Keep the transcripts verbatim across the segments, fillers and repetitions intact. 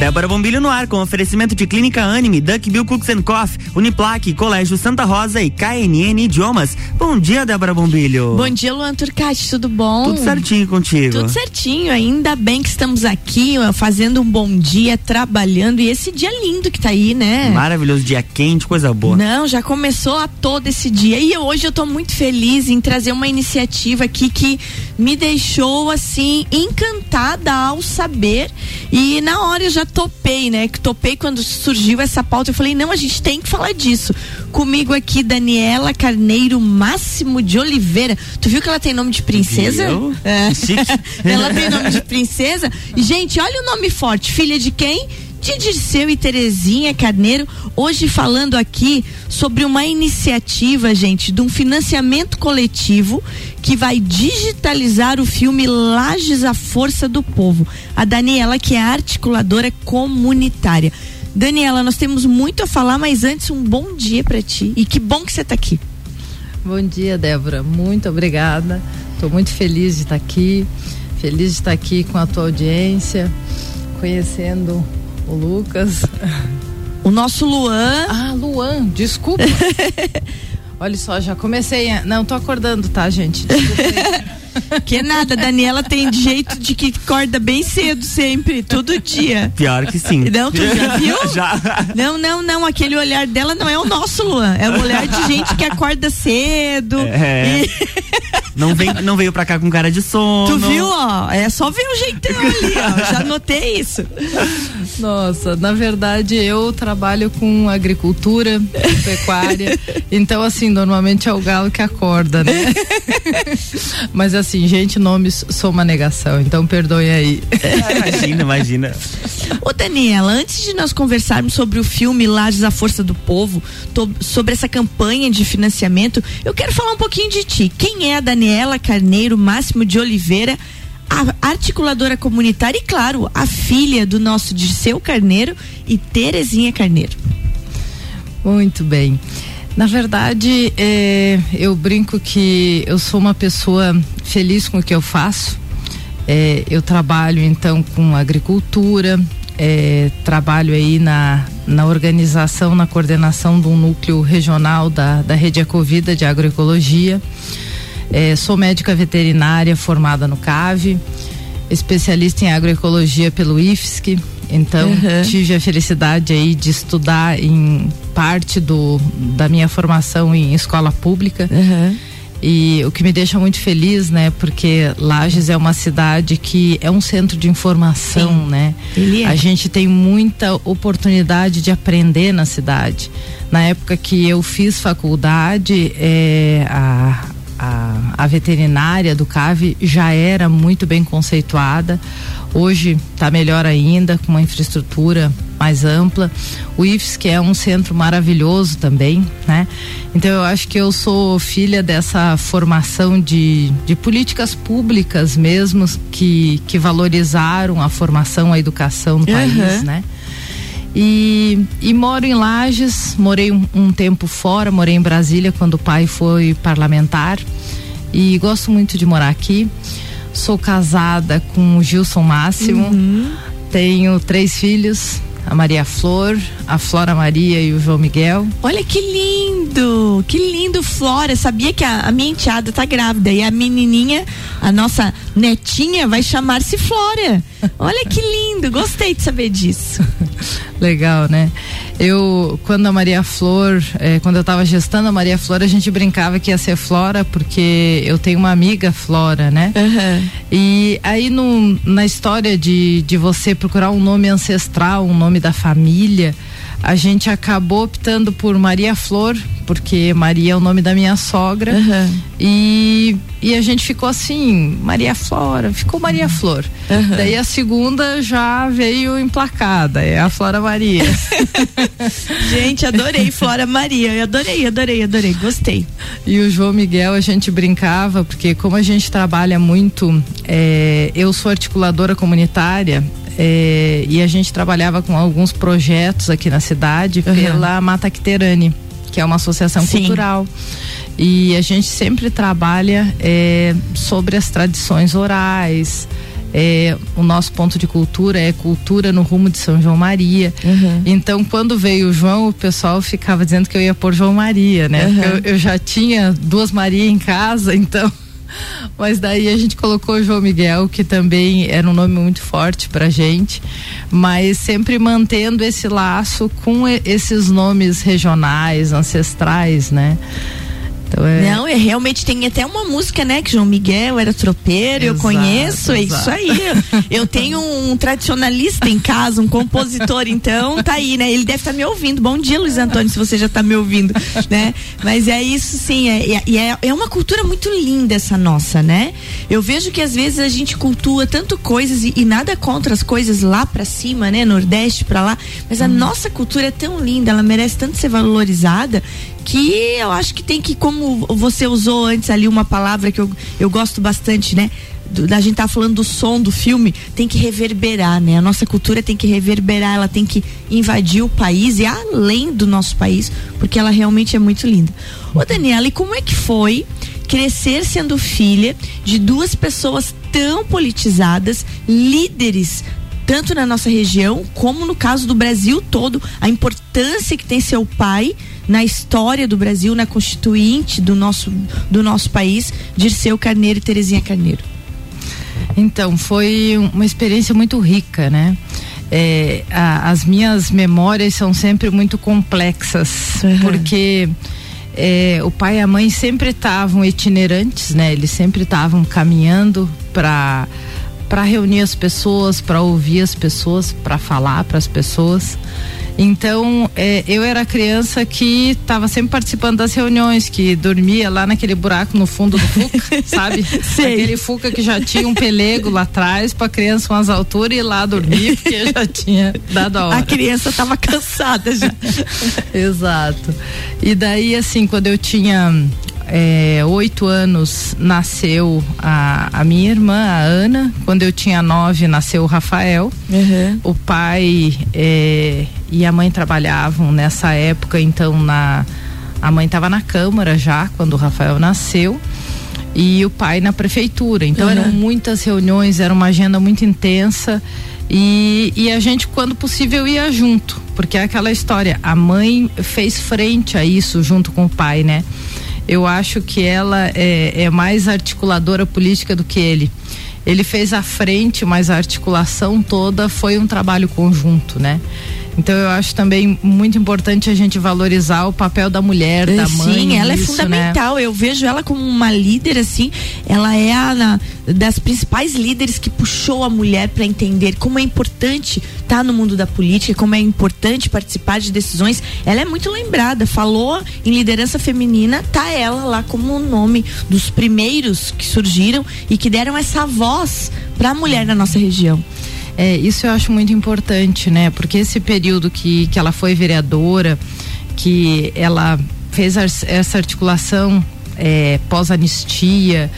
Débora Bombilho no ar, com oferecimento de Clínica Anime, Duckbill Cooks and Coffee, Uniplaque, Colégio Santa Rosa e K N N Idiomas. Bom dia, Débora Bombilho. Bom dia, Luan Turcati, tudo bom? Tudo certinho contigo. Tudo certinho, ainda bem que estamos aqui, ó, fazendo um bom dia, trabalhando, e esse dia lindo que tá aí, né? Maravilhoso, dia quente, coisa boa. Não, já começou a todo esse dia, e hoje eu tô muito feliz em trazer uma iniciativa aqui que me deixou, assim, encantada ao saber, e na hora eu já topei, né? Que topei quando surgiu essa pauta. Eu falei, não, a gente tem que falar disso. Comigo aqui, Daniela Carneiro Máximo de Oliveira. Tu viu que ela tem nome de princesa? Eu? É. Ela tem nome de princesa. E, gente, olha o nome forte. Filha de quem? De Dirceu e Terezinha Carneiro, hoje falando aqui sobre uma iniciativa, gente, de um financiamento coletivo que vai digitalizar o filme Lages, a Força do Povo. A Daniela, que é articuladora comunitária. Daniela, nós temos muito a falar, mas antes um bom dia pra ti, e que bom que você tá aqui. Bom dia, Débora, muito obrigada, tô muito feliz de estar aqui, feliz de estar aqui com a tua audiência, conhecendo o Lucas. O nosso Luan. Ah, Luan, desculpa. Olha só, já comecei. A... Não, tô acordando, tá, gente? Desculpa aí. Que nada, Daniela tem jeito de que acorda bem cedo sempre, todo dia. Pior que sim. Não, tu já viu? Já. Não, não, não, aquele olhar dela não é o nosso, Luan, é o olhar de gente que acorda cedo. É. E... Não, vem, não veio pra cá com cara de sono. Tu viu, ó, é só ver o jeitão ali, ó, já notei isso. Nossa, na verdade eu trabalho com agricultura, com pecuária, então assim, normalmente é o galo que acorda, né? Mas assim, gente, nomes sou uma negação, então perdoem aí. Imagina, imagina. Ô Daniela, antes de nós conversarmos sobre o filme Lages, a Força do Povo, to, sobre essa campanha de financiamento, eu quero falar um pouquinho de ti. Quem é a Daniela Carneiro Máximo de Oliveira, a articuladora comunitária e, claro, a filha do nosso Dirceu Carneiro e Terezinha Carneiro? Muito bem. Na verdade, é, eu brinco que eu sou uma pessoa feliz com o que eu faço. É, eu trabalho então com agricultura, é, trabalho aí na, na organização, na coordenação de um núcleo regional da, da Rede Ecovida de Agroecologia. É, sou médica veterinária formada no C A V, especialista em agroecologia pelo I F S C. Então, uhum. tive a felicidade aí de estudar em parte do, da minha formação em escola pública. Uhum. E o que me deixa muito feliz, né? Porque Lages é uma cidade que é um centro de informação, Sim, né? Ele é. A gente tem muita oportunidade de aprender na cidade. Na época que eu fiz faculdade, é, a A, a veterinária do C A V já era muito bem conceituada. Hoje está melhor ainda, com uma infraestrutura mais ampla. O I F S C é um centro maravilhoso também, né? Então eu acho que eu sou filha dessa formação de, de políticas públicas mesmo, que, que valorizaram a formação, a educação no uhum. país, né? E, e moro em Lages, morei um, um tempo fora, morei em Brasília quando o pai foi parlamentar e gosto muito de morar aqui. Sou casada com o Gilson Máximo, uhum. tenho três filhos, a Maria Flor, a Flora Maria e o João Miguel. Olha que lindo, que lindo, Flora. Sabia que a, a minha enteada tá grávida e a menininha, a nossa netinha, vai chamar-se Flora. Olha que lindo, gostei de saber disso. Legal, né? Eu, quando a Maria Flor, eh, quando eu tava gestando a Maria Flor, a gente brincava que ia ser Flora, porque eu tenho uma amiga Flora, né? Uhum. E aí no, na história de, de você procurar um nome ancestral, um nome da família, a gente acabou optando por Maria Flor, porque Maria é o nome da minha sogra, uhum. e, e a gente ficou assim, Maria Flora, ficou Maria Flor. Uhum. Daí a segunda já veio emplacada, é a Flora Maria. Gente, adorei Flora Maria, eu adorei, adorei, adorei, gostei. E o João Miguel, a gente brincava, porque como a gente trabalha muito, é, eu sou articuladora comunitária, É, e a gente trabalhava com alguns projetos aqui na cidade uhum. pela Mata Quiterane, que é uma associação Sim. cultural. E a gente sempre trabalha é, sobre as tradições orais, É, o nosso ponto de cultura é cultura no rumo de São João Maria. Uhum. Então, quando veio o João, o pessoal ficava dizendo que eu ia pôr João Maria, né? Uhum. Eu, eu já tinha duas Maria em casa, então. Mas daí a gente colocou João Miguel, que também era um nome muito forte pra gente, mas sempre mantendo esse laço com esses nomes regionais, ancestrais, né? Então é... Não, é realmente tem até uma música, né? Que João Miguel era tropeiro, exato, eu conheço, exato. É isso aí. Eu tenho um tradicionalista em casa, um compositor, então tá aí, né? Ele deve estar tá me ouvindo. Bom dia, Luiz Antônio, se você já tá me ouvindo, né? Mas é isso sim, e é, é, é uma cultura muito linda essa nossa, né? Eu vejo que às vezes a gente cultua tanto coisas e, e nada contra as coisas lá pra cima, né? Nordeste pra lá, mas a hum. nossa cultura é tão linda, ela merece tanto ser valorizada, que eu acho que tem que, como você usou antes ali uma palavra que eu, eu gosto bastante, né? Do, a gente tá falando do som do filme, tem que reverberar, né? A nossa cultura tem que reverberar, ela tem que invadir o país e além do nosso país, porque ela realmente é muito linda. Ô Daniela, e como é que foi crescer sendo filha de duas pessoas tão politizadas, líderes, tanto na nossa região, como no caso do Brasil todo, a importância que tem seu pai na história do Brasil, na constituinte do nosso, do nosso país, Dirceu Carneiro e Terezinha Carneiro? Então, foi uma experiência muito rica, né? É, a, as minhas memórias são sempre muito complexas, uhum. porque é, o pai e a mãe sempre estavam itinerantes, né? Eles sempre estavam caminhando para para reunir as pessoas, para ouvir as pessoas, para falar para as pessoas. Então, é, eu era criança que estava sempre participando das reuniões, que dormia lá naquele buraco no fundo do Fuca, sabe? Sei. Aquele Fuca que já tinha um pelego lá atrás para criança umas alturas ir lá dormir, porque já tinha dado a hora. A criança estava cansada já. Exato. E daí, assim, quando eu tinha É, oito anos nasceu a, a minha irmã, a Ana. Quando eu tinha nove nasceu o Rafael. Uhum. O pai é, e a mãe trabalhavam nessa época, então na, a mãe estava na Câmara já quando o Rafael nasceu e o pai na prefeitura. Então uhum. eram muitas reuniões, era uma agenda muito intensa. E, e a gente, quando possível, ia junto, porque é aquela história, a mãe fez frente a isso junto com o pai, né? Eu acho que ela é, é mais articuladora política do que ele. Ele fez a frente, mas a articulação toda foi um trabalho conjunto, né? Então eu acho também muito importante a gente valorizar o papel da mulher, da mãe. Sim, ela nisso, é fundamental, né? Eu vejo ela como uma líder, assim, ela é a na, das principais líderes que puxou a mulher para entender como é importante estar tá no mundo da política, como é importante participar de decisões. Ela é muito lembrada, falou em liderança feminina, tá ela lá como o nome dos primeiros que surgiram e que deram essa voz para a mulher na nossa região. É, isso eu acho muito importante, né? Porque esse período que, que ela foi vereadora, que ela fez ar, essa articulação é, pós-anistia,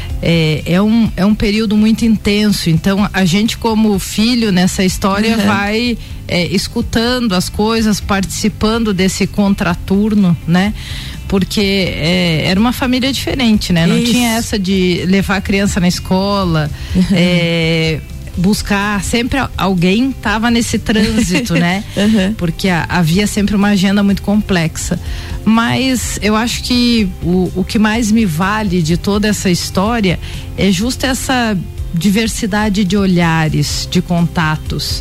é, é, um, é um período muito intenso. Então, a gente como filho nessa história uhum. vai é, escutando as coisas, participando desse contraturno, né? Porque é, era uma família diferente, né? Não Isso. tinha essa de levar a criança na escola, uhum. é, buscar, sempre alguém estava nesse trânsito, né? Uhum. Porque a, havia sempre uma agenda muito complexa. Mas eu acho que o, o que mais me vale de toda essa história é justo essa diversidade de olhares, de contatos.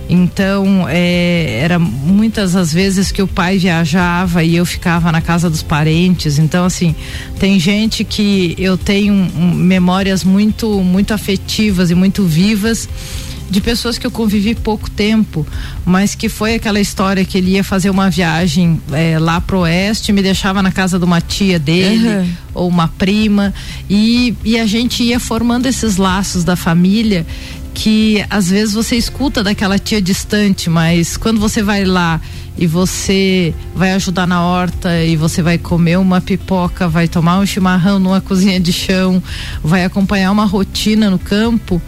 Então, é, era muitas as vezes que o pai viajava e eu ficava na casa dos parentes. Então, assim, tem gente que eu tenho um, memórias muito, muito afetivas e muito vivas de pessoas que eu convivi pouco tempo, mas que foi aquela história que ele ia fazer uma viagem é, lá pro oeste, me deixava na casa de uma tia dele uhum. ou uma prima e, e a gente ia formando esses laços da família que às vezes você escuta daquela tia distante, mas quando você vai lá e você vai ajudar na horta e você vai comer uma pipoca, vai tomar um chimarrão numa cozinha de chão, vai acompanhar uma rotina no campo,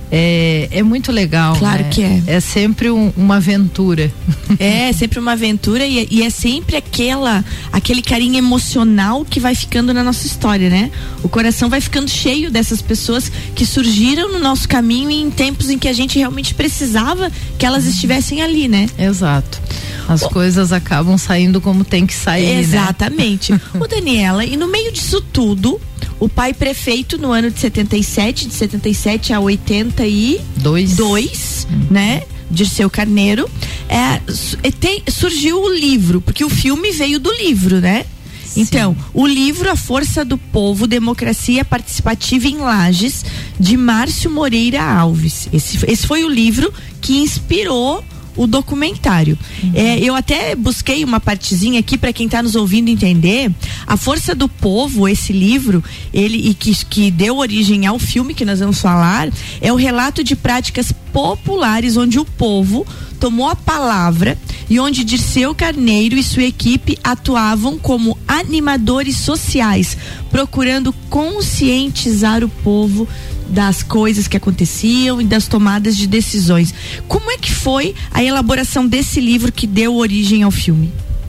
É, é muito legal. Claro, né? Que é. É sempre um, uma aventura. É, sempre uma aventura e, e é sempre aquela, aquele carinho emocional que vai ficando na nossa história, né? O coração vai ficando cheio dessas pessoas que surgiram no nosso caminho em tempos em que a gente realmente precisava que elas estivessem ali, né? Exato. As oh. coisas acabam saindo como tem que sair, exatamente. Né? Ô, Daniela, e no meio disso tudo, o pai prefeito no ano de setenta e sete, de setenta e sete a oitenta e dois, dois hum. né? Dirceu Carneiro, é, tem, surgiu o livro, porque o filme veio do livro, né? Sim. Então, o livro A Força do Povo, Democracia Participativa em Lages, de Márcio Moreira Alves. Esse, esse foi o livro que inspirou o documentário. Uhum. É, eu até busquei uma partezinha aqui para quem está nos ouvindo entender. A Força do Povo, esse livro, ele e que, que deu origem ao filme que nós vamos falar, é o relato de práticas populares onde o povo tomou a palavra e onde Dirceu Carneiro e sua equipe atuavam como animadores sociais, procurando conscientizar o povo das coisas que aconteciam e das tomadas de decisões. Como é que foi a elaboração desse livro que deu origem ao filme?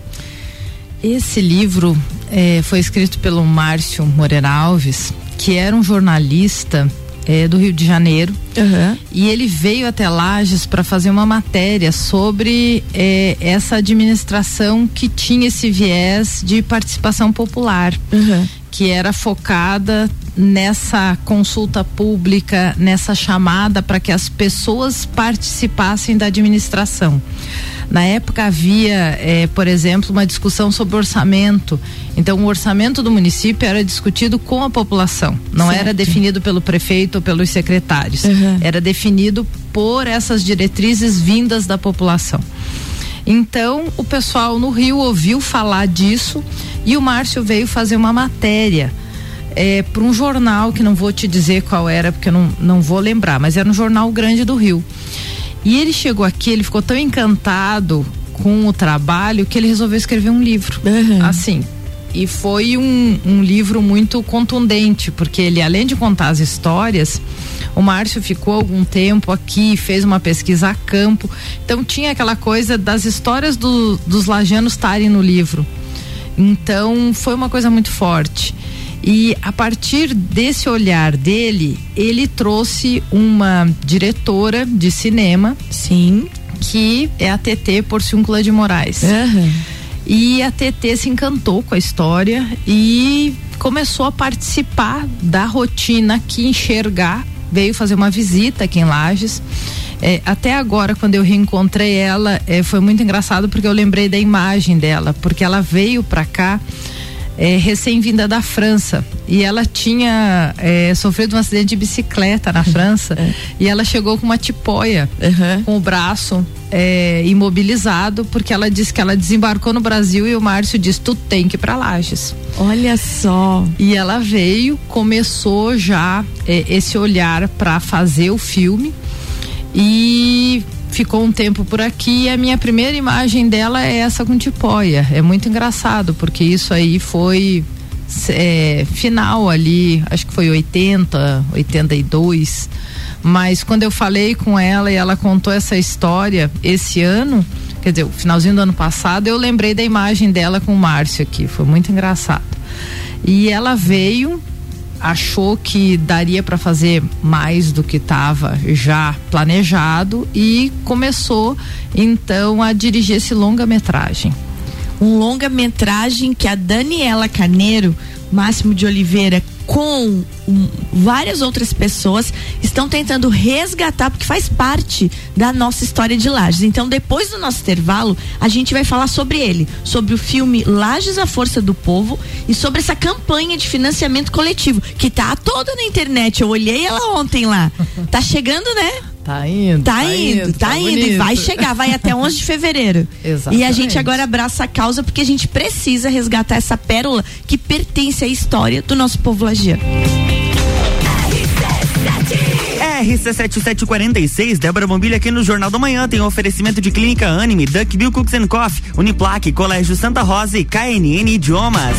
Esse livro é, foi escrito pelo Márcio Moreira Alves, que era um jornalista é, do Rio de Janeiro, uhum. e ele veio até Lages para fazer uma matéria sobre é, essa administração que tinha esse viés de participação popular, uhum. que era focada nessa consulta pública, nessa chamada para que as pessoas participassem da administração. Na época havia, eh, por exemplo, uma discussão sobre orçamento. Então, o orçamento do município era discutido com a população. Não certo. Era definido pelo prefeito ou pelos secretários. Uhum. Era definido por essas diretrizes vindas da população. Então, o pessoal no Rio ouviu falar disso e o Márcio veio fazer uma matéria é, para um jornal, que não vou te dizer qual era, porque eu não, não vou lembrar, mas era um jornal grande do Rio. E ele chegou aqui, ele ficou tão encantado com o trabalho que ele resolveu escrever um livro. Uhum. Assim. E foi um, um livro muito contundente, porque ele, além de contar as histórias, o Márcio ficou algum tempo aqui, fez uma pesquisa a campo. Então tinha aquela coisa das histórias do, dos lajanos estarem no livro. Então foi uma coisa muito forte. E a partir desse olhar dele, ele trouxe uma diretora de cinema, sim, que é a T T Porciúncula de Moraes. Uhum. E a T T se encantou com a história e começou a participar da rotina aqui, enxergar, veio fazer uma visita aqui em Lages. É, até agora, quando eu reencontrei ela, é, foi muito engraçado porque eu lembrei da imagem dela, porque ela veio pra cá É, recém-vinda da França e ela tinha é, sofrido um acidente de bicicleta na França é. E ela chegou com uma tipóia, uhum. com o braço é, imobilizado, porque ela disse que ela desembarcou no Brasil e o Márcio disse: tu tem que ir pra Lages. Olha só. E ela veio, começou já é, esse olhar para fazer o filme e ficou um tempo por aqui e a minha primeira imagem dela é essa com tipóia. É muito engraçado, porque isso aí foi é, final ali, acho que foi oitenta, oitenta e dois, mas quando eu falei com ela e ela contou essa história esse ano, quer dizer, o finalzinho do ano passado, eu lembrei da imagem dela com o Márcio aqui, foi muito engraçado. E ela veio, achou que daria para fazer mais do que estava já planejado e começou então a dirigir esse longa-metragem. Um longa-metragem que a Daniela Carneiro, Máximo de Oliveira, com um, várias outras pessoas estão tentando resgatar, porque faz parte da nossa história de Lages. Então, depois do nosso intervalo, a gente vai falar sobre ele, sobre o filme Lages, a Força do Povo, e sobre essa campanha de financiamento coletivo, que tá toda na internet. Eu olhei ela ontem lá. Tá chegando, né? Tá indo. Tá, tá indo, indo, tá, tá indo. bonito. E vai chegar, vai até onze de fevereiro. Exatamente. E a gente agora abraça a causa, porque a gente precisa resgatar essa pérola que pertence à história do nosso povo lagiano. R C sete sete quatro seis, Débora Bombilho aqui no Jornal da Manhã, tem um oferecimento de Clínica Anime, Duck Bill Cooks and Coffee, Uniplaque, Colégio Santa Rosa e K N N Idiomas.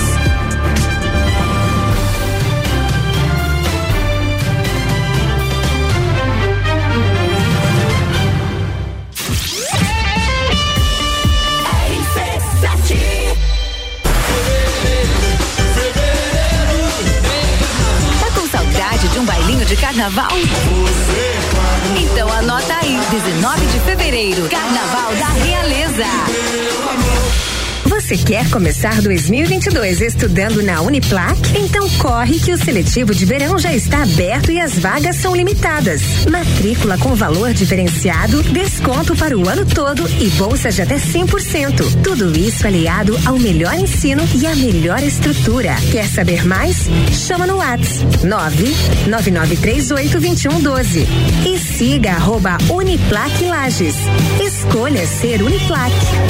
carnaval? Então anota aí, dezenove de fevereiro, Carnaval da Realeza. Você quer começar dois mil e vinte e dois estudando na Uniplac? Então corre que o seletivo de verão já está aberto e as vagas são limitadas. Matrícula com valor diferenciado, desconto para o ano todo e bolsa de até cem por cento. Tudo isso aliado ao melhor ensino e à melhor estrutura. Quer saber mais? Chama no WhatsApp nove nove nove três oito dois um um doze e siga arroba Uniplac Lages. Escolha ser Uniplac.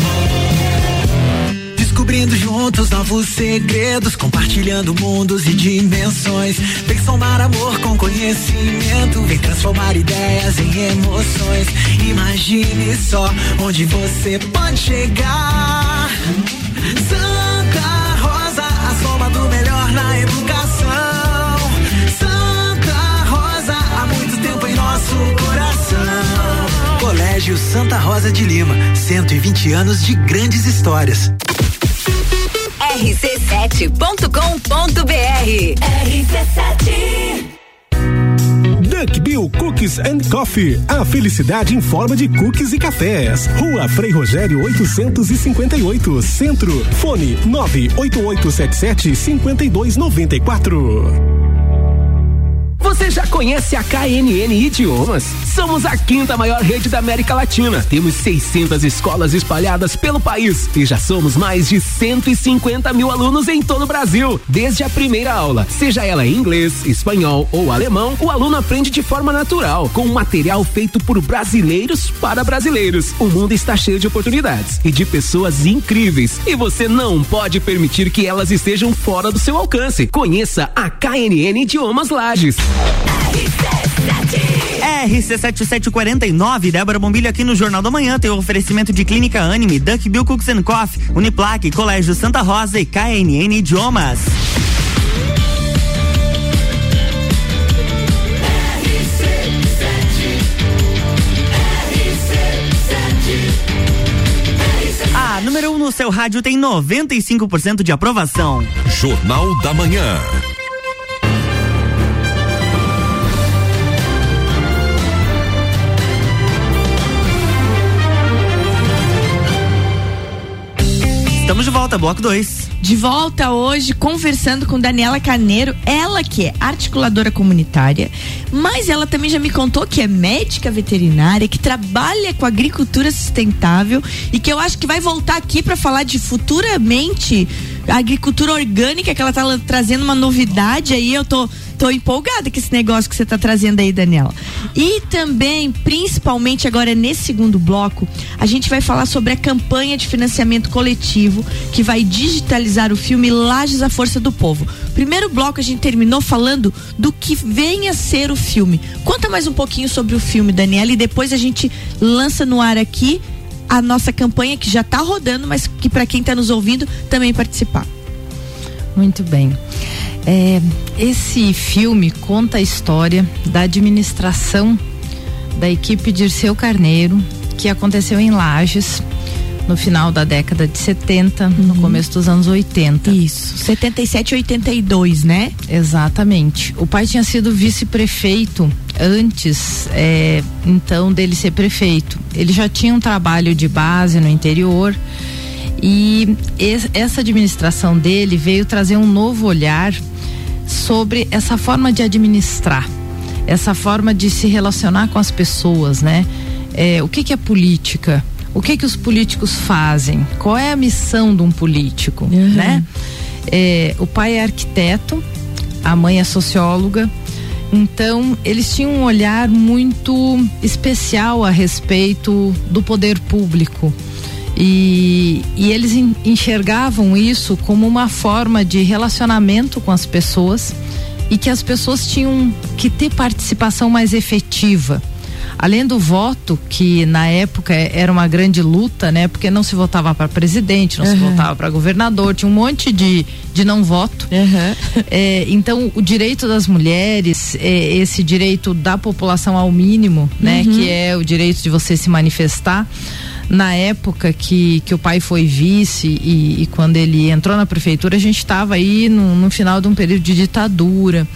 Descobrindo juntos novos segredos, compartilhando mundos e dimensões. Vem somar amor com conhecimento, vem transformar ideias em emoções. Imagine só onde você pode chegar. Santa Rosa, a soma do melhor na educação. Santa Rosa, há muito tempo em nosso coração. Colégio Santa Rosa de Lima, cento e vinte anos de grandes histórias. R C sete ponto com ponto B R. R C sete. Duck Bill Cookies and Coffee, a felicidade em forma de cookies e cafés. Rua Frei Rogério oitocentos e cinquenta e oito, Centro. Fone nove oito oito sete sete cinco dois nove quatro. Você já conhece a K N N Idiomas? Somos a quinta maior rede da América Latina. Temos seiscentas escolas espalhadas pelo país e já somos mais de cento e cinquenta mil alunos em todo o Brasil. Desde a primeira aula, seja ela em inglês, espanhol ou alemão, o aluno aprende de forma natural, com um material feito por brasileiros para brasileiros. O mundo está cheio de oportunidades e de pessoas incríveis e você não pode permitir que elas estejam fora do seu alcance. Conheça a K N N Idiomas Lages. R C sete sete quatro nove, Débora Bombilho aqui no Jornal da Manhã tem o oferecimento de Clínica Anime, Duck Bill Cooks and Coffee, Uniplac, Colégio Santa Rosa e K N N Idiomas. A número um no seu rádio tem noventa e cinco por cento de aprovação. Jornal da Manhã. Estamos de volta, bloco dois. De volta hoje, conversando com Daniela Carneiro, ela que é articuladora comunitária, mas ela também já me contou que é médica veterinária, que trabalha com agricultura sustentável e que eu acho que vai voltar aqui para falar de futuramente a agricultura orgânica, que ela tá trazendo uma novidade aí. Eu tô Tô empolgada com esse negócio que você tá trazendo aí, Daniela. E também, principalmente agora nesse segundo bloco, a gente vai falar sobre a campanha de financiamento coletivo que vai digitalizar o filme Lages, a Força do Povo. Primeiro bloco a gente terminou falando do que vem a ser o filme. Conta mais um pouquinho sobre o filme, Daniela, e depois a gente lança no ar aqui a nossa campanha que já tá rodando, mas que para quem tá nos ouvindo também participar. Muito bem. É, esse filme conta a história da administração da equipe Dirceu Carneiro, que aconteceu em Lages no final da década de setenta, uhum. no começo dos anos oitenta. Isso, setenta e sete e oitenta e dois, né? Exatamente. O pai tinha sido vice-prefeito antes, é, então, dele ser prefeito. Ele já tinha um trabalho de base no interior. E essa administração dele veio trazer um novo olhar sobre essa forma de administrar, essa forma de se relacionar com as pessoas, né? É, o que que é política? O que que os políticos fazem? Qual é a missão de um político, uhum. né? É, o pai é arquiteto, a mãe é socióloga, então eles tinham um olhar muito especial a respeito do poder público. E, e eles enxergavam isso como uma forma de relacionamento com as pessoas e que as pessoas tinham que ter participação mais efetiva. Além do voto, que na época era uma grande luta, né? Porque não se votava para presidente, não uhum. se votava para governador, tinha um monte de, de não voto. Uhum. É, então, o direito das mulheres, é, esse direito da população ao mínimo, né? Uhum. Que é o direito de você se manifestar. Na época que, que o pai foi vice e, e quando ele entrou na prefeitura, a gente estava aí no, no final de um período de ditadura.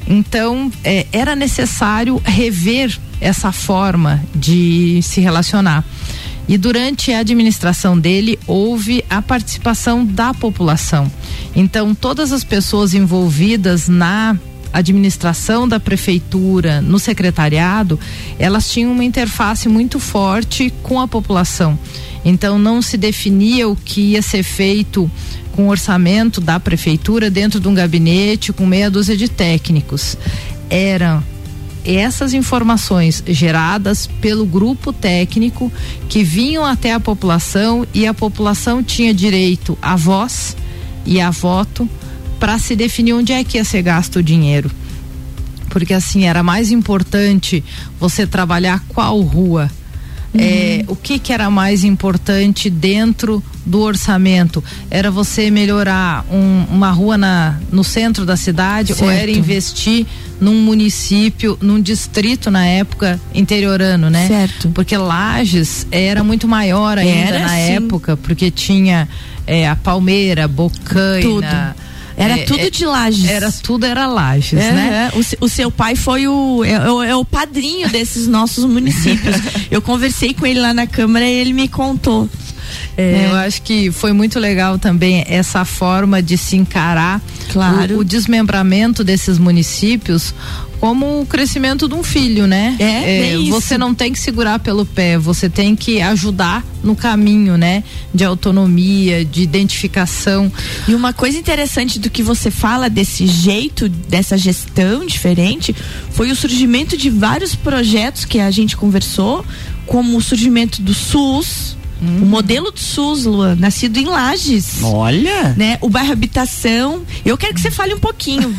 Então, é, era necessário rever essa forma de se relacionar. E durante a administração dele, houve a participação da população. Então, todas as pessoas envolvidas na administração da prefeitura, no secretariado, elas tinham uma interface muito forte com a população. Então, não se definia o que ia ser feito com o orçamento da prefeitura dentro de um gabinete com meia dúzia de técnicos. Eram essas informações geradas pelo grupo técnico que vinham até a população, e a população tinha direito à voz e a voto para se definir onde é que ia ser gasto o dinheiro. Porque assim, era mais importante você trabalhar qual rua. Uhum. É, o que que era mais importante dentro do orçamento? Era você melhorar um, uma rua na, no centro da cidade, certo, ou era investir num município, num distrito na época interiorano, né? Certo. Porque Lages era muito maior ainda era, na sim. época, porque tinha é, a Palmeira, Bocaina. Tudo. Era é, tudo de Lages. Era tudo, era Lages, é, né? É. O, o seu pai foi o é, é, é o padrinho desses nossos municípios. Eu conversei com ele lá na Câmara e ele me contou. É, é. Eu acho que foi muito legal também essa forma de se encarar, claro, o, o desmembramento desses municípios como o crescimento de um filho, né? É, é você não tem que segurar pelo pé, você tem que ajudar no caminho, né? De autonomia, de identificação. E uma coisa interessante do que você fala desse jeito, dessa gestão diferente, foi o surgimento de vários projetos que a gente conversou, como o surgimento do SUS. Hum. O modelo do SUS, Luan, nascido em Lages. Olha! Né? O bairro Habitação. Eu quero que você fale um pouquinho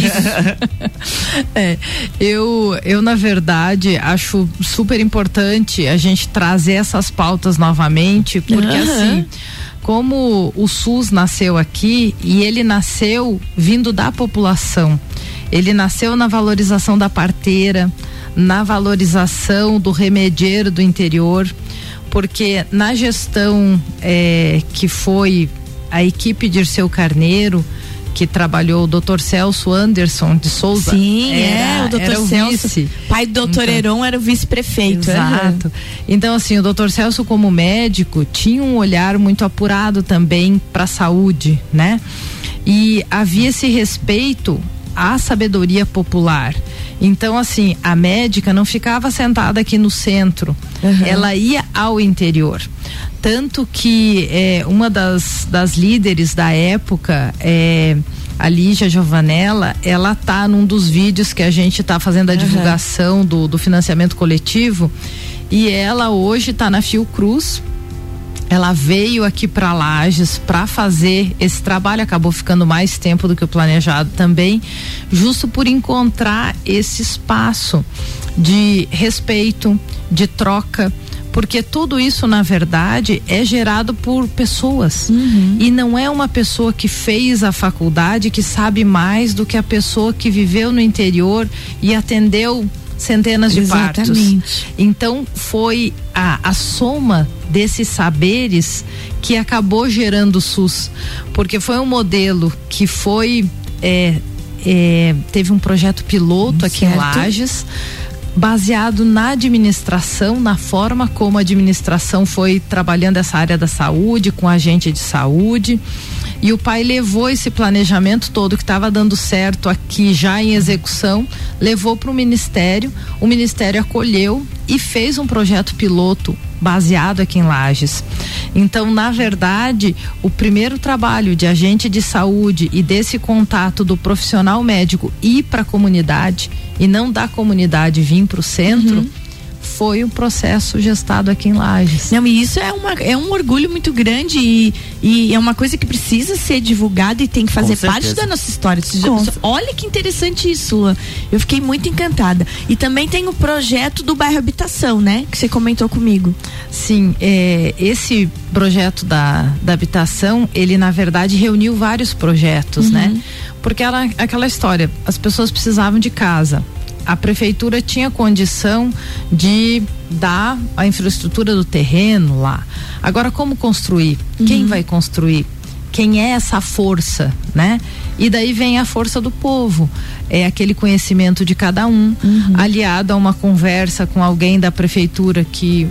disso. é, eu, eu, na verdade, acho super importante a gente trazer essas pautas novamente, porque uhum. assim, como o SUS nasceu aqui e ele nasceu vindo da população, ele nasceu na valorização da parteira, na valorização do remedieiro do interior, porque na gestão é, que foi a equipe de Dirceu Carneiro, que trabalhou o doutor Celso Anderson de Souza. Sim, era, é, o doutor Celso, vice. Pai do doutor então, Heron, era o vice-prefeito. Exato. Uhum. Então, assim, o doutor Celso, como médico, tinha um olhar muito apurado também para a saúde, né? E havia esse respeito à sabedoria popular. Então, assim, a médica não ficava sentada aqui no centro, uhum. ela ia ao interior. Tanto que é, uma das, das líderes da época, é, a Lígia Giovanella, ela tá num dos vídeos que a gente tá fazendo a uhum. divulgação do, do financiamento coletivo, e ela hoje tá na Fiocruz. Ela veio aqui para Lages para fazer esse trabalho, acabou ficando mais tempo do que o planejado também, justo por encontrar esse espaço de respeito, de troca, porque tudo isso, na verdade, é gerado por pessoas. Uhum. E não é uma pessoa que fez a faculdade que sabe mais do que a pessoa que viveu no interior e atendeu centenas de Exatamente. partos. Então foi a, a soma desses saberes que acabou gerando o SUS, porque foi um modelo que foi é, é, teve um projeto piloto aqui certo. em Lages, baseado na administração, na forma como a administração foi trabalhando essa área da saúde, com agente de saúde. E o pai levou esse planejamento todo que estava dando certo aqui já em execução, levou para o Ministério, o Ministério acolheu e fez um projeto piloto baseado aqui em Lages. Então, na verdade, o primeiro trabalho de agente de saúde e desse contato do profissional médico ir para a comunidade e não da comunidade vir para o centro, uhum. foi um processo gestado aqui em Lages. Não, e isso é, uma, é um orgulho muito grande e, e é uma coisa que precisa ser divulgada e tem que fazer parte da nossa história. Olha que interessante isso, Lua. Eu fiquei muito encantada. E também tem o projeto do bairro Habitação, né? Que você comentou comigo. Sim, é, esse projeto da, da habitação, ele na verdade reuniu vários projetos, uhum. né? Porque ela, aquela história, as pessoas precisavam de casa. A prefeitura tinha condição de dar a infraestrutura do terreno lá. Agora, como construir? Uhum. Quem vai construir? quem é essa força, né? E daí vem a força do povo, é aquele conhecimento de cada um, uhum. aliado a uma conversa com alguém da prefeitura que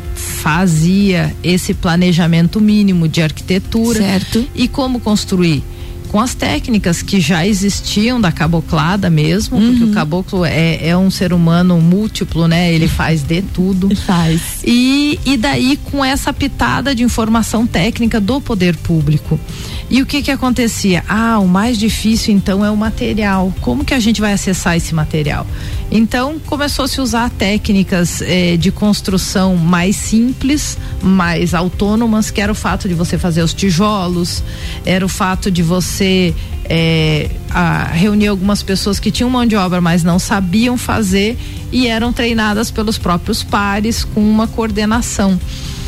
fazia esse planejamento mínimo de arquitetura, certo. E como construir. Com as técnicas que já existiam da caboclada mesmo, uhum. porque o caboclo é, é um ser humano múltiplo, né? Ele faz de tudo. Faz. E, e daí com essa pitada de informação técnica do poder público. E o que que acontecia? Ah, o mais difícil então é o material. Como que a gente vai acessar esse material? Então começou a se usar técnicas eh, de construção mais simples, mais autônomas, que era o fato de você fazer os tijolos, era o fato de você Você é, a, reunir algumas pessoas que tinham mão de obra, mas não sabiam fazer e eram treinadas pelos próprios pares com uma coordenação.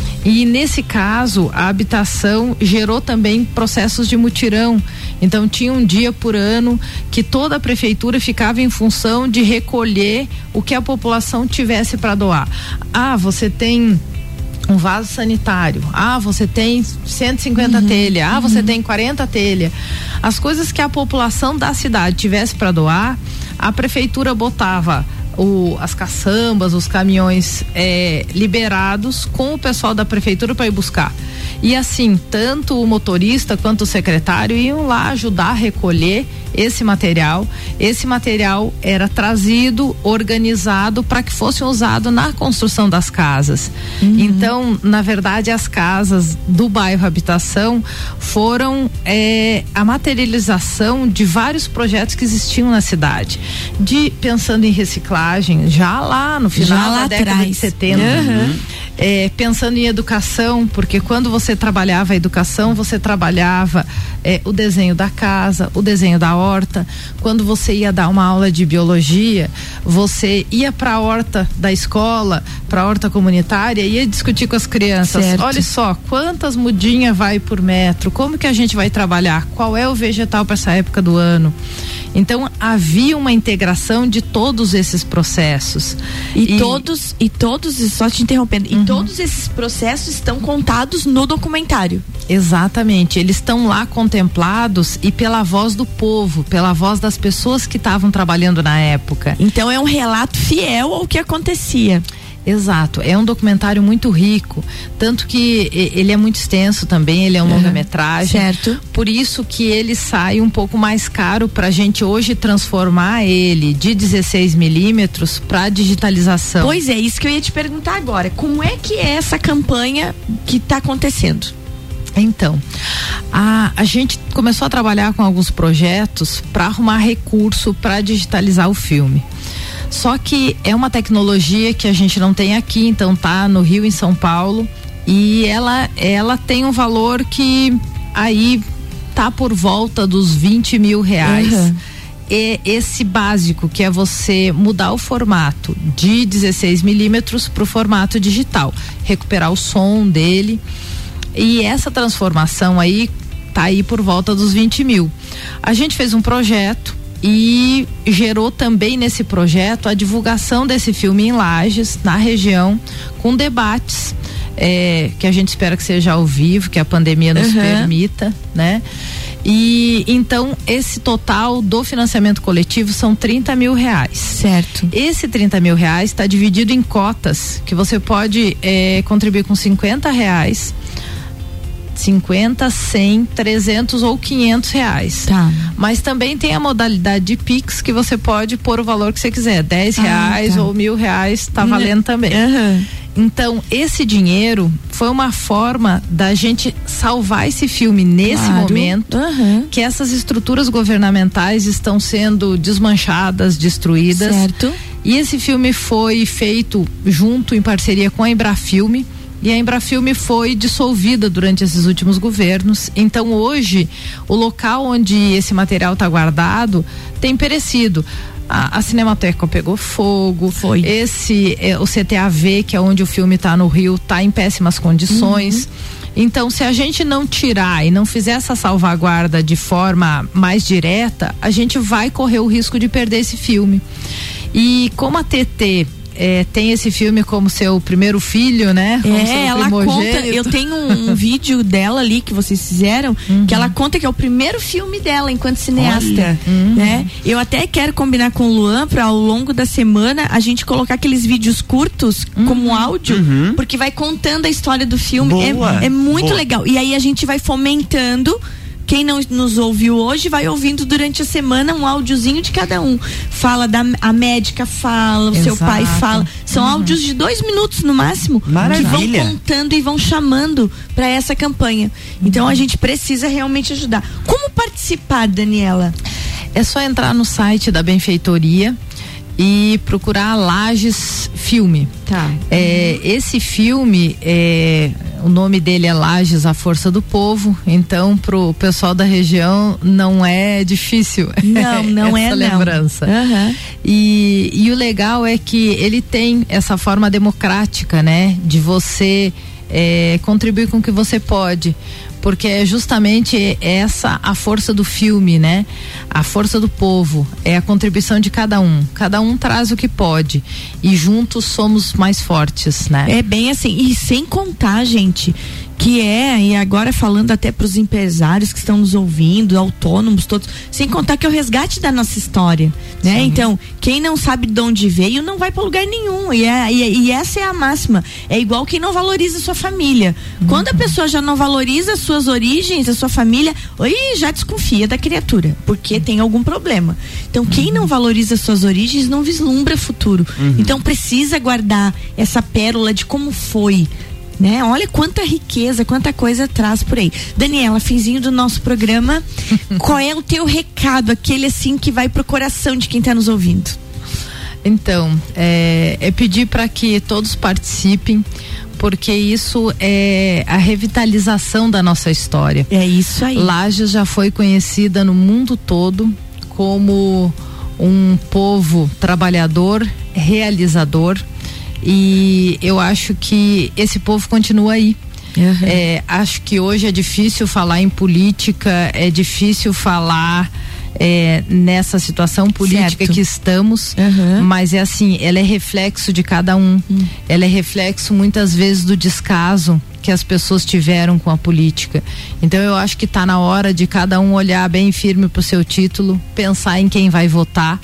E nesse caso, a habitação gerou também processos de mutirão. Então tinha um dia por ano que toda a prefeitura ficava em função de recolher o que a população tivesse para doar. Ah, você tem um vaso sanitário, ah, você tem cento e cinquenta uhum, telha, ah, uhum. você tem quarenta telha. As coisas que a população da cidade tivesse para doar, a prefeitura botava o, as caçambas, os caminhões é, liberados com o pessoal da prefeitura para ir buscar. E assim, tanto o motorista quanto o secretário iam lá ajudar a recolher esse material. Esse material era trazido, organizado para que fosse usado na construção das casas. Uhum. Então, na verdade, as casas do bairro Habitação foram é, a materialização de vários projetos que existiam na cidade. De pensando em reciclagem, já lá no final já lá da década atrás. de setenta. Uhum. É, pensando em educação, porque quando você trabalhava a educação, você trabalhava é, o desenho da casa, o desenho da horta. Quando você ia dar uma aula de biologia, você ia para a horta da escola, para a horta comunitária, ia discutir com as crianças. Certo. Olha só, quantas mudinhas vai por metro? Como que a gente vai trabalhar? Qual é o vegetal para essa época do ano? Então havia uma integração de todos esses processos. E, e todos, e todos, só te interrompendo, uhum. e todos esses processos estão contados no documentário. Exatamente, eles estão lá contemplados e pela voz do povo, pela voz das pessoas que estavam trabalhando na época. Então é um relato fiel ao que acontecia. Exato, é um documentário muito rico, tanto que ele é muito extenso também, ele é um uhum. longa-metragem. Certo. Por isso que ele sai um pouco mais caro pra gente hoje transformar ele de dezesseis milímetros pra digitalização. Pois é, isso que eu ia te perguntar agora, como é que é essa campanha que tá acontecendo? Então, a, a gente começou a trabalhar com alguns projetos para arrumar recurso para digitalizar o filme. Só que é uma tecnologia que a gente não tem aqui, então tá no Rio, em São Paulo, e ela, ela tem um valor que aí tá por volta dos vinte mil reais. Uhum. E esse básico, que é você mudar o formato de dezesseis milímetros pro formato digital, recuperar o som dele. E essa transformação aí tá aí por volta dos vinte mil. A gente fez um projeto e gerou também nesse projeto a divulgação desse filme em Lages, na região, com debates é, que a gente espera que seja ao vivo, que a pandemia nos uhum. permita, né? E então esse total do financiamento coletivo são trinta mil reais. Certo. Esse trinta mil reais está dividido em cotas, que você pode é, contribuir com cinquenta reais, cinquenta, cem, trezentos ou quinhentos reais. Tá. Mas também tem a modalidade de Pix, que você pode pôr o valor que você quiser, dez reais ah, tá. ou mil reais, tá valendo também. Uhum. Então, esse dinheiro foi uma forma da gente salvar esse filme nesse claro. momento, uhum. que essas estruturas governamentais estão sendo desmanchadas, destruídas. Certo. E esse filme foi feito junto, em parceria com a Embrafilme. E a Embrafilme foi dissolvida durante esses últimos governos. Então hoje o local onde esse material está guardado tem perecido. A, a Cinemateca pegou fogo. Foi. Esse é, o C T A V, que é onde o filme está no Rio, está em péssimas condições. Uhum. Então, se a gente não tirar e não fizer essa salvaguarda de forma mais direta, a gente vai correr o risco de perder esse filme. E como a T T é, tem esse filme como seu primeiro filho, né? Como é, ela conta, eu tenho um, um vídeo dela ali que vocês fizeram, uhum. que ela conta que é o primeiro filme dela enquanto cineasta, uhum. né? Eu até quero combinar com o Luan para ao longo da semana a gente colocar aqueles vídeos curtos uhum. como áudio, uhum. porque vai contando a história do filme. Boa. É, é muito Boa. legal. E aí a gente vai fomentando. Quem não nos ouviu hoje vai ouvindo durante a semana um áudiozinho de cada um. Fala da a médica fala, o Exato. Seu pai fala. São uhum. áudios de dois minutos no máximo. Maravilha. Que vão contando e vão chamando para essa campanha. Então uhum. a gente precisa realmente ajudar. Como participar, Daniela? É só entrar no site da Benfeitoria e procurar Lages Filme. Tá. É, esse filme, é, o nome dele é Lages, a Força do Povo, então pro pessoal da região não é difícil. Não, não essa é lembrança. Não. Uhum. E, e o legal é que ele tem essa forma democrática, né? De você é, contribuir com o que você pode. Porque é justamente essa a força do filme, né? A força do povo, é a contribuição de cada um. Cada um traz o que pode e juntos somos mais fortes, né? É bem assim, e sem contar, gente, que é, e agora falando até para os empresários que estão nos ouvindo, autônomos todos, sem contar que é o resgate da nossa história, né? Sim. Então, quem não sabe de onde veio não vai para lugar nenhum, e, é, e, e essa é a máxima. É igual quem não valoriza a sua família. Uhum. Quando a pessoa já não valoriza as suas origens, a sua família, oi, já desconfia da criatura, porque tem algum problema. Então, quem uhum. não valoriza as suas origens não vislumbra futuro. Uhum. Então, precisa guardar essa pérola de como foi, né? Olha quanta riqueza, quanta coisa traz por aí. Daniela, finzinho do nosso programa, qual é o teu recado, aquele assim que vai pro coração de quem tá nos ouvindo? Então, é, é pedir para que todos participem, porque isso é a revitalização da nossa história. É isso aí. Lages já foi conhecida no mundo todo como um povo trabalhador, realizador, e eu acho que esse povo continua aí. Uhum. É, acho que hoje é difícil falar em política, é difícil falar é, nessa situação política certo. Que estamos, uhum. mas é assim, ela é reflexo de cada um, uhum. ela é reflexo muitas vezes do descaso que as pessoas tiveram com a política. Então eu acho que está na hora de cada um olhar bem firme pro seu título, pensar em quem vai votar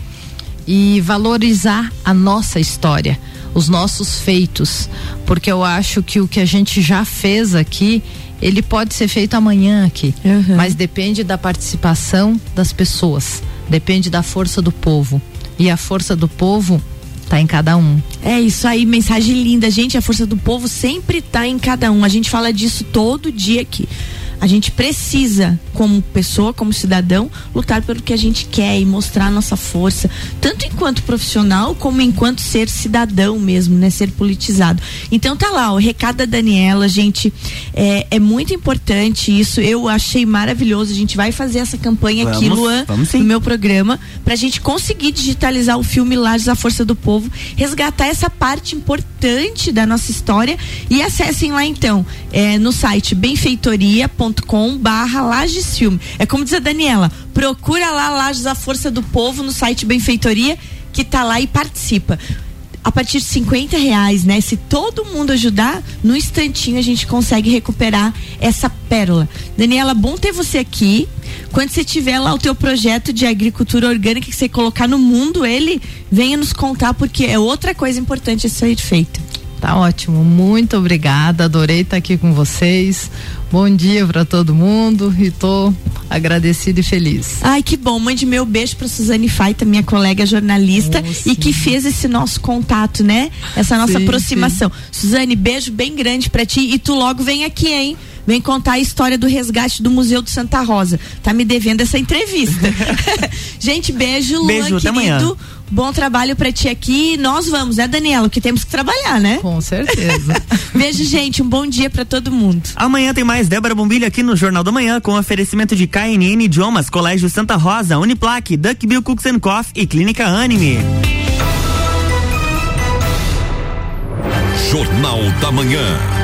e valorizar a nossa história, os nossos feitos, porque eu acho que o que a gente já fez aqui, ele pode ser feito amanhã aqui, uhum. mas depende da participação das pessoas, depende da força do povo, e a força do povo tá em cada um. É isso aí, mensagem linda, gente, a força do povo sempre tá em cada um, a gente fala disso todo dia aqui. A gente precisa, como pessoa, como cidadão, lutar pelo que a gente quer e mostrar a nossa força, tanto enquanto profissional, como enquanto ser cidadão mesmo, né? Ser politizado. Então tá lá, o recado da Daniela, gente, é, é muito importante isso, eu achei maravilhoso, a gente vai fazer essa campanha vamos, aqui, Luan, no meu programa, pra gente conseguir digitalizar o filme Lages, a Força do Povo, resgatar essa parte importante da nossa história, e acessem lá então, é, no site benfeitoria ponto com barra Lages Filme. É como diz a Daniela, procura lá Lages, a Força do Povo no site Benfeitoria, que tá lá, e participa. A partir de cinquenta reais, né? Se todo mundo ajudar, no instantinho a gente consegue recuperar essa pérola. Daniela, bom ter você aqui. Quando você tiver lá o teu projeto de agricultura orgânica, que você colocar no mundo ele, venha nos contar, porque é outra coisa importante a ser feita. Tá ótimo, muito obrigada, adorei estar aqui com vocês. Bom dia para todo mundo e tô agradecida e feliz. Ai, que bom, mande meu beijo pra Suzane Faita, minha colega jornalista, oh, e que fez esse nosso contato, né? Essa nossa sim, aproximação. Sim. Suzane, beijo bem grande pra ti, e tu logo vem aqui, hein? Vem contar a história do resgate do Museu do Santa Rosa. Tá me devendo essa entrevista. Gente, beijo, beijo, Luan, até querido. Amanhã. Bom trabalho pra ti aqui. Nós vamos, né, Daniela? Que temos que trabalhar, né? Com certeza. Beijo, gente. Um bom dia pra todo mundo. Amanhã tem mais Débora Bombilho aqui no Jornal da Manhã, com oferecimento de K N N Idiomas, Colégio Santa Rosa, Uniplac, Duckbill Cooks and Coffee e Clínica Anime. Jornal da Manhã.